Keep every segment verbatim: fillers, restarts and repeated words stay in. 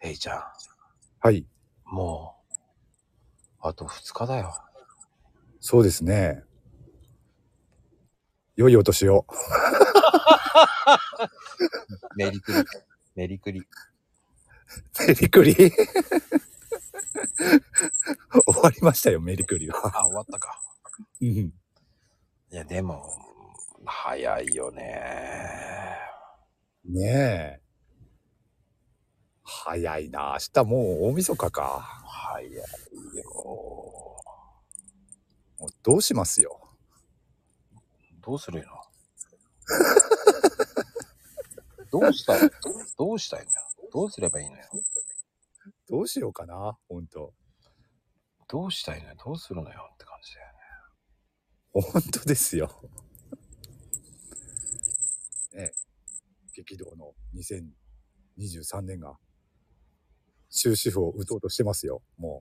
ヘイちゃん。 はい。 もう、あとふつかだよ。 そうですね。良いお年を。 メリクリ。メリクリ。 メリクリ終わりましたよ、メリクリは。 あ、終わったか。 うん。 いや、でも、早いよね。 ねえ。早いな。明日もう大晦日か。 早いよ。 もうどうしますよ。 どうするのどうしたいどうしたいのよ。どうすればいいのよ。 どうしようかな、ほんと。 どうしたいのよ。どうするのよって感じだよほんとですよ。ねえ。激動のにせんにじゅうさんねんが終止符を打とうとしてますよ、も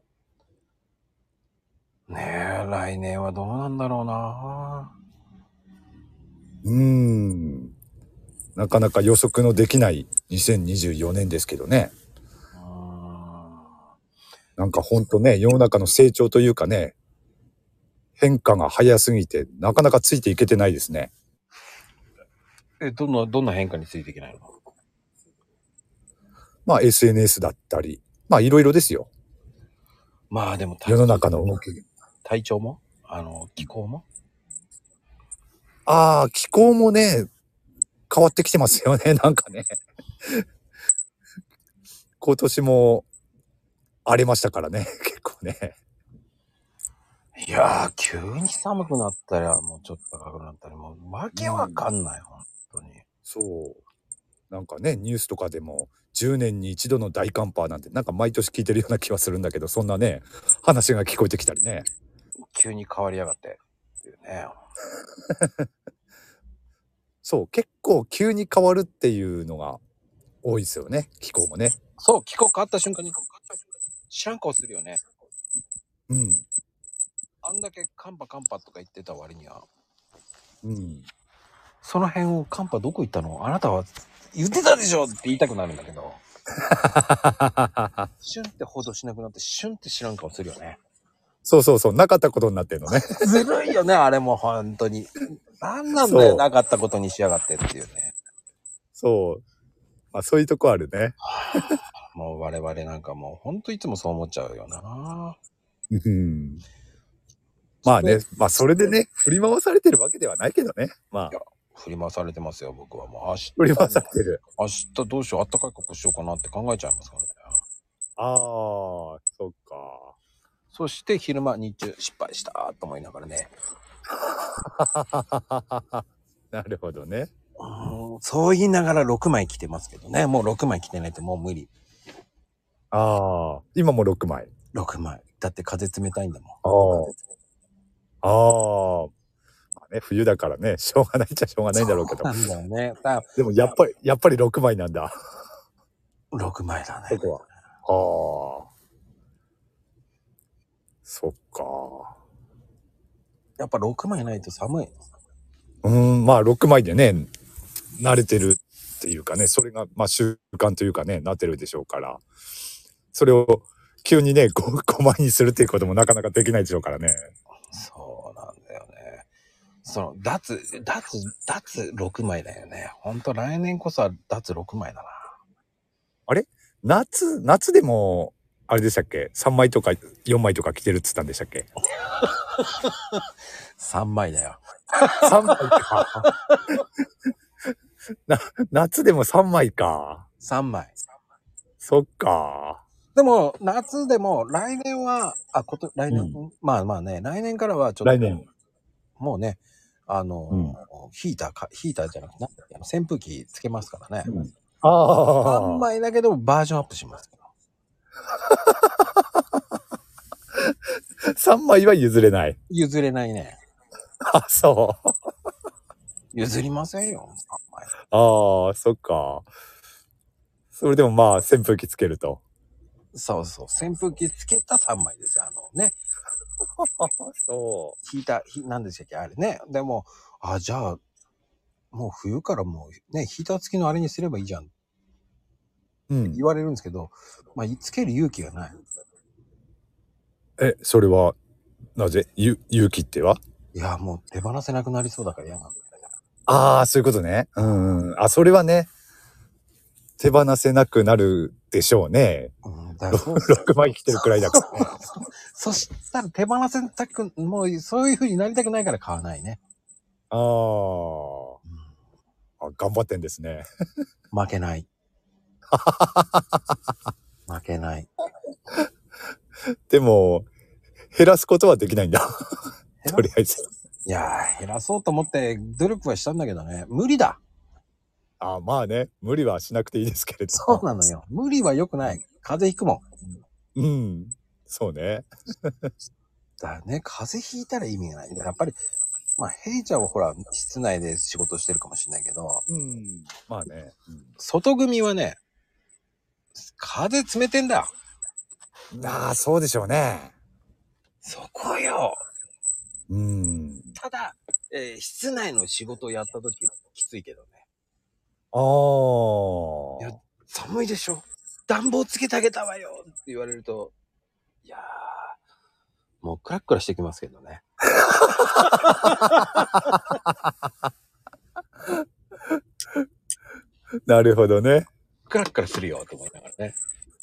う。ねえ、来年はどうなんだろうな。 う。うーん。なかなか予測のできないにせんにじゅうよねんですけどね。 うーん。 なんかほんとね、世の中の成長というかね、変化が早すぎて、なかなかついていけてないですね。 え、どんな、どんな変化についていけないの？ まあ エスエヌエス だったり、まあいろいろですよ。 まあでも、 世の中の動き。 体調もあの、気候もああ、気候もね、変わってきてますよね、なんかね。今年も荒れましたからね、結構ね。 いやー、急に寒くなったら、もうちょっと高くなったり、もうわけわかんない、ほんとに。 そう。なんかね、ニュースとかでも、じゅうねんに一度の大寒波なんて、なんか毎年聞いてるような気はするんだけど、そんなね、話が聞こえてきたりね。 急に変わりやがってっていうね。 そう、結構急に変わるっていうのが多いですよね、気候もね。 そう、気候変わった瞬間に、知らん顔するよね。 うん。 あんだけ寒波寒波とか言ってた割には、 うん。 その辺を寒波どこ行ったのあなたは言ってたでしょって言いたくなるんだけど、シュンって報道しなくなって、シュンって知らん顔するよね。 そうそうそう、なかったことになってんのね。 ずるいよね、あれも本当に。なんなんだよ、 そう、 なかったことにしやがってっていうね。 そう。まあそういうとこあるね。 もう我々なんかもうほんといつもそう思っちゃうよな。 うん。まあね、まあそれでね、振り回されてるわけではないけどね。まあ、 いや、振り回されてますよ、僕はもう。明日、 振り回されてる。 明日どうしよう、あったかい格好しようかなって考えちゃいますからね。 ああ、そっか。 そして昼間、日中、失敗したと思いながらね。 なるほどね。 うん、そう言いながらろくまい着てますけどね。もうろくまい着てないともう無理。 ああ、今もろくまい。 ろくまい。だって風冷たいんだもん。 ああ。ああ。まあね、冬だからね、しょうがないっちゃしょうがないんだろうけど。 なんだよね。だでもやっぱり、やっぱりろくまいなんだ。 ろくまいだね。 そこは。ああ。そっか。 やっぱろくまいないと寒い。 うーん、まあろくまいでね、慣れてるっていうかね、それがまあ習慣というかね、なってるでしょうから。それを急にね、ご、ごまいにするっていうこともなかなかできないでしょうからね。 そうなんだよね。その、脱、脱、脱ろくまいだよね。ほんと来年こそは脱ろくまいだな。 あれ夏、夏でも、あれでしたっけ ?さん 枚とかよんまいとか着てるっつったんでしたっけさんまいだよ。 さんまいか。な、夏でもさんまいか。 さんまい。 そっか。 でも、夏でも来年は、あ、こと、来年、 うん、 まあまあね、来年からはちょっと、 来年。 もうね、あの、 うん。 ヒーターか、ヒーターじゃなくて、なんだっけ、あの扇風機つけますからね。 うん、あ 3 あ。 枚だけどバージョンアップします。 さんまいは譲れない。 譲れないね。 あ、そう。 譲りませんよ、さんまい。 ああ、そっか。それでもまあ、扇風機つけると。 そうそう、扇風機つけたさんまいですよ。あのね、 そヒーター、ひ、なんでしたっけ、あれね。でも、あ、じゃあ、もう冬からもうね、ヒーター付きのあれにすればいいじゃん。 うん。 言われるんですけど、まあ、つける勇気がない。 え、それは、なぜゆ、勇気ってはいや、もう手放せなくなりそうだから嫌なんだよね。 ああ、そういうことね。うんうん。あ、それはね、手放せなくなるでしょうね。 うん、だからろそうろくまい来てるくらいだからね。 そしたら手放せたく、もうそういう風になりたくないから買わないね。 あーあ、頑張ってんですね。 負けない。負けない。 でも、減らすことはできないんだ。 減らとりあえず。 いやー、減らそうと思って努力はしたんだけどね。無理だ。 あまあね、無理はしなくていいですけれども。 そうなのよ。無理は良くない。風邪ひくもん。 うん。そうね。 だからね、風邪ひいたら意味がない。やっぱり、まあ、ヘイちゃんはほら、室内で仕事してるかもしれないけど、 うん。まあね。 外組はね、風冷てんだ。 うん、ああ、そうでしょうね。 そこよ。 うん。 ただ、えー室内の仕事をやった時はきついけどね。 あいや、 あ。 寒いでしょ。暖房つけてあげたわよって言われると、いやー、もうクラックラしてきますけどね。 なるほどね。 クラックラするよと思いながらね。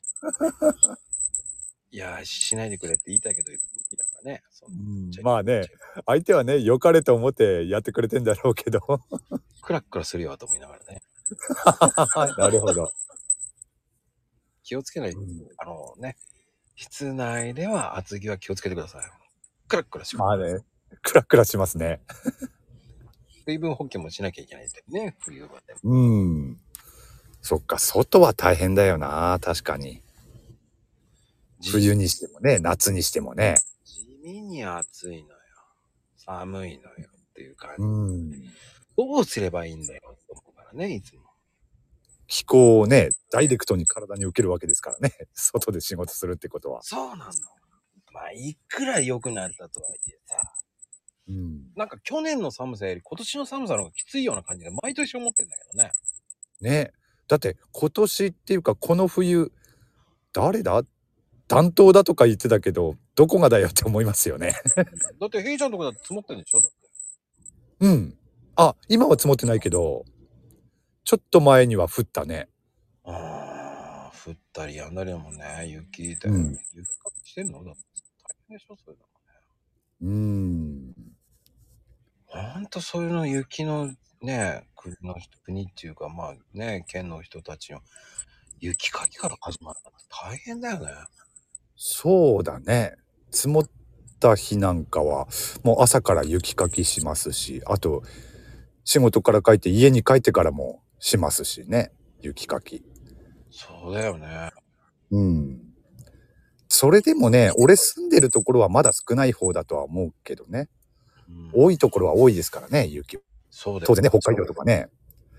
いやー、しないでくれって言いたいけど、いやね、そのうん、まあね、相手はね、良かれと思ってやってくれてんだろうけど。 クラックラするよと思いながらね。 なるほど。 気をつけない、 うん、 あのね、室内では厚着は気をつけてください。クラックラします。 まあね、クラクラしますね。 水分補給もしなきゃいけないんでね、冬はでも。 うん。そっか、外は大変だよな、確かに。冬にしてもね、夏にしてもね。 地味に暑いのよ。寒いのよっていう感じ。 うん。 どうすればいいんだよと思うからね、いつも。 気候をね、ダイレクトに体に受けるわけですからね。外で仕事するってことは。 そうなの。まあ、いくら良くなったとはいえさ、 うん。 なんか去年の寒さより今年の寒さの方がきついような感じで毎年思ってんだけどね。 ね。だって今年っていうかこの冬、誰だ暖冬だとか言ってたけど、どこがだよって思いますよね。 だってヘイちゃんのとこだって積もってんでしょだって。 うん。あ、今は積もってないけど、ちょっと前には降ったね。 ああ、降ったりやんだりだもんね。雪で。 うん。 雪かきしてんのだって大変でしょそういうのうーん。 ね。ほんとそういうの雪のね、国の人、国っていうかまあね、県の人たちの雪かきから始まるなんて大変だよね。 そうだね。積もった日なんかは、もう朝から雪かきしますし、あと、仕事から帰って家に帰ってからもしますしね。雪かき。 そうだよね。 うん。それでもね、俺住んでるところはまだ少ない方だとは思うけどね。 うん、 多いところは多いですからね、雪。 そうだよ。 当然ね、北海道とかね。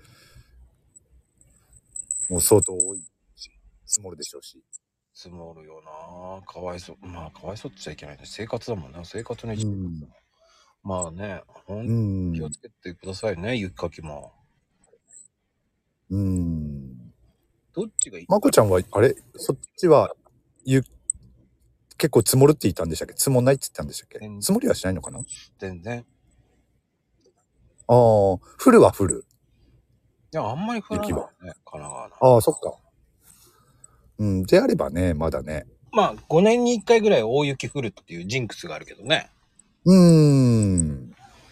もう相当多いし、積もるでしょうし。 積もるよな。かわいそう。まあかわいそうって言っちゃいけないね。生活だもんね。生活の一部。 うん。 まあね、ほんうとん。 気をつけてくださいね、雪かきも。 うん。 どっちがいいまこちゃんは、あれそっちは、ゆ、結構積もるって言ったんでしたっけ積もんないって言ったんでしたっけ積もりはしないのかなああ、 全然。 降るは降る。 いや、あんまり降らない雪よね、 は。 神奈川の。 ああ、そっか。うん。であればね、まだね。 まあ、ごねんにいっかいぐらい大雪降るっていうジンクスがあるけどね。 うーん。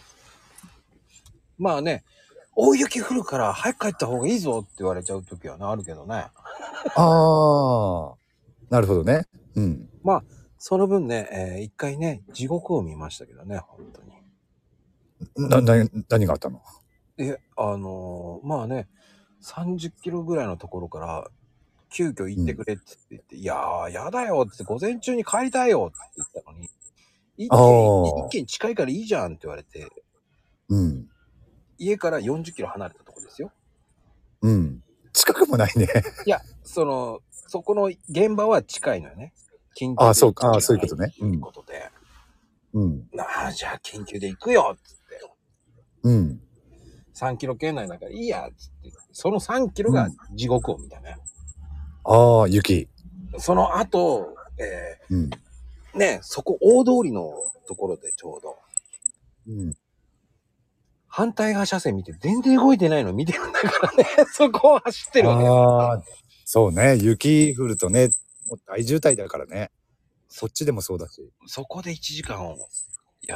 まあね、大雪降るから早く帰った方がいいぞって言われちゃう時はね、あるけどね。 ああ。なるほどね。うん。 まあ、その分ね、えー、一回ね、地獄を見ましたけどね、本当に。 な、な、何があったのえ、あのー、まあね、さんじゅっキロぐらいのところから、急遽行ってくれって言って、うん、いやー、やだよって午前中に帰りたいよって言ったのに、一軒、一軒近いからいいじゃんって言われて、 うん。 家からよんじゅっキロ離れたところですよ。 うん。近くもないね。 いや、その、そこの現場は近いのよね。緊急でああ、そうか。ああ、そういうことね。 ということで。 うん。 なあ、じゃあ緊急で行くよっつって。 うん。 さんキロ圏内だからいいやっつって。そのさんキロが地獄を見たね。 ああ、雪。 その後、えうん。 ー、ね、そこ大通りのところでちょうど、 うん。 反対側車線見て全然動いてないの見てるんだからね、そこを走ってるわけです。 ああ、そうね。雪降るとね、もう大渋滞だからね。そっちでもそうだし。 そこでいちじかんをやって、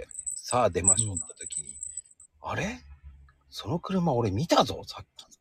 さあ出ましょうって時に、うん、あれその車俺見たぞ、さっき。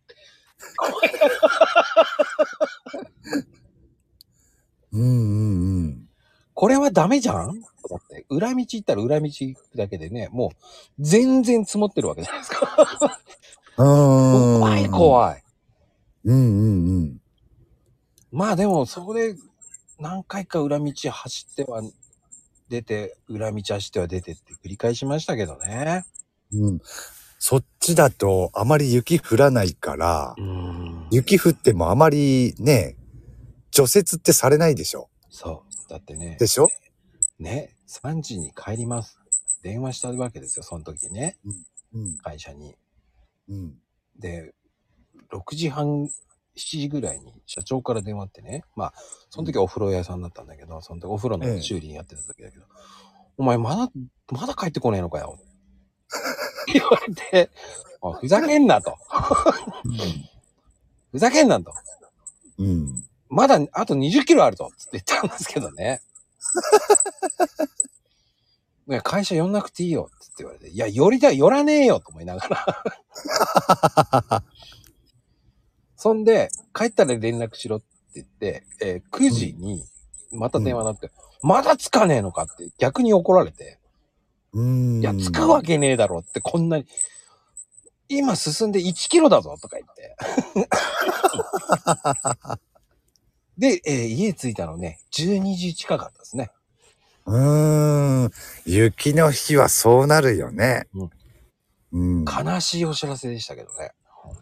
うんうんうん。 これはダメじゃんだって、裏道行ったら裏道行くだけでね、もう全然積もってるわけじゃないですか。 うーん。 怖い怖い。 うんうんうん。 まあでも、そこで何回か裏道走っては出て、裏道走っては出てって繰り返しましたけどね。 うん。そっちだとあまり雪降らないから、 うーん。 雪降ってもあまりね、除雪ってされないでしょ。 そう。だってね、 でしょ？ ね、さんじに帰ります。電話したわけですよ、その時ね。 うん。 会社に。 うん。 で、ろくじはん、しちじぐらいに社長から電話ってね。まあ、その時はお風呂屋さんだったんだけど、その時お風呂の修理やってた時だけど、ええ、お前まだ、まだ帰ってこねえのかよ。言われて、ふざけんなと。ふざけんなと。 うん。 まだあとにじゅっキロあると。つって言ったんですけどね。ね、会社寄んなくていいよ。つって言われて。いや、寄りたい、寄らねえよと思いながら。そんで、帰ったら連絡しろって言って、えー、くじにまた電話になって、うん、まだつかねえのかって逆に怒られて。 うーん。 いや、つくわけねえだろってこんなに。今進んでいちキロだぞとか言って。で、えー、家着いたのね、じゅうにじ近かったですね。 うーん。雪の日はそうなるよね。 うん。 うん、 悲しいお知らせでしたけどね。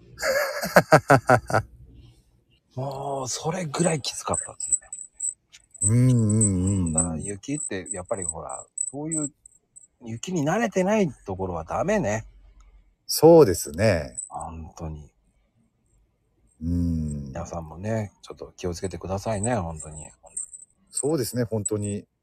もう、それぐらいきつかったですね。 うんうんうん。 だから雪ってやっぱりほら、そういう雪に慣れてないところはダメね。 そうですね。 本当に。 うん。 皆さんもね、ちょっと気をつけてくださいね、本当に。 そうですね、本当に。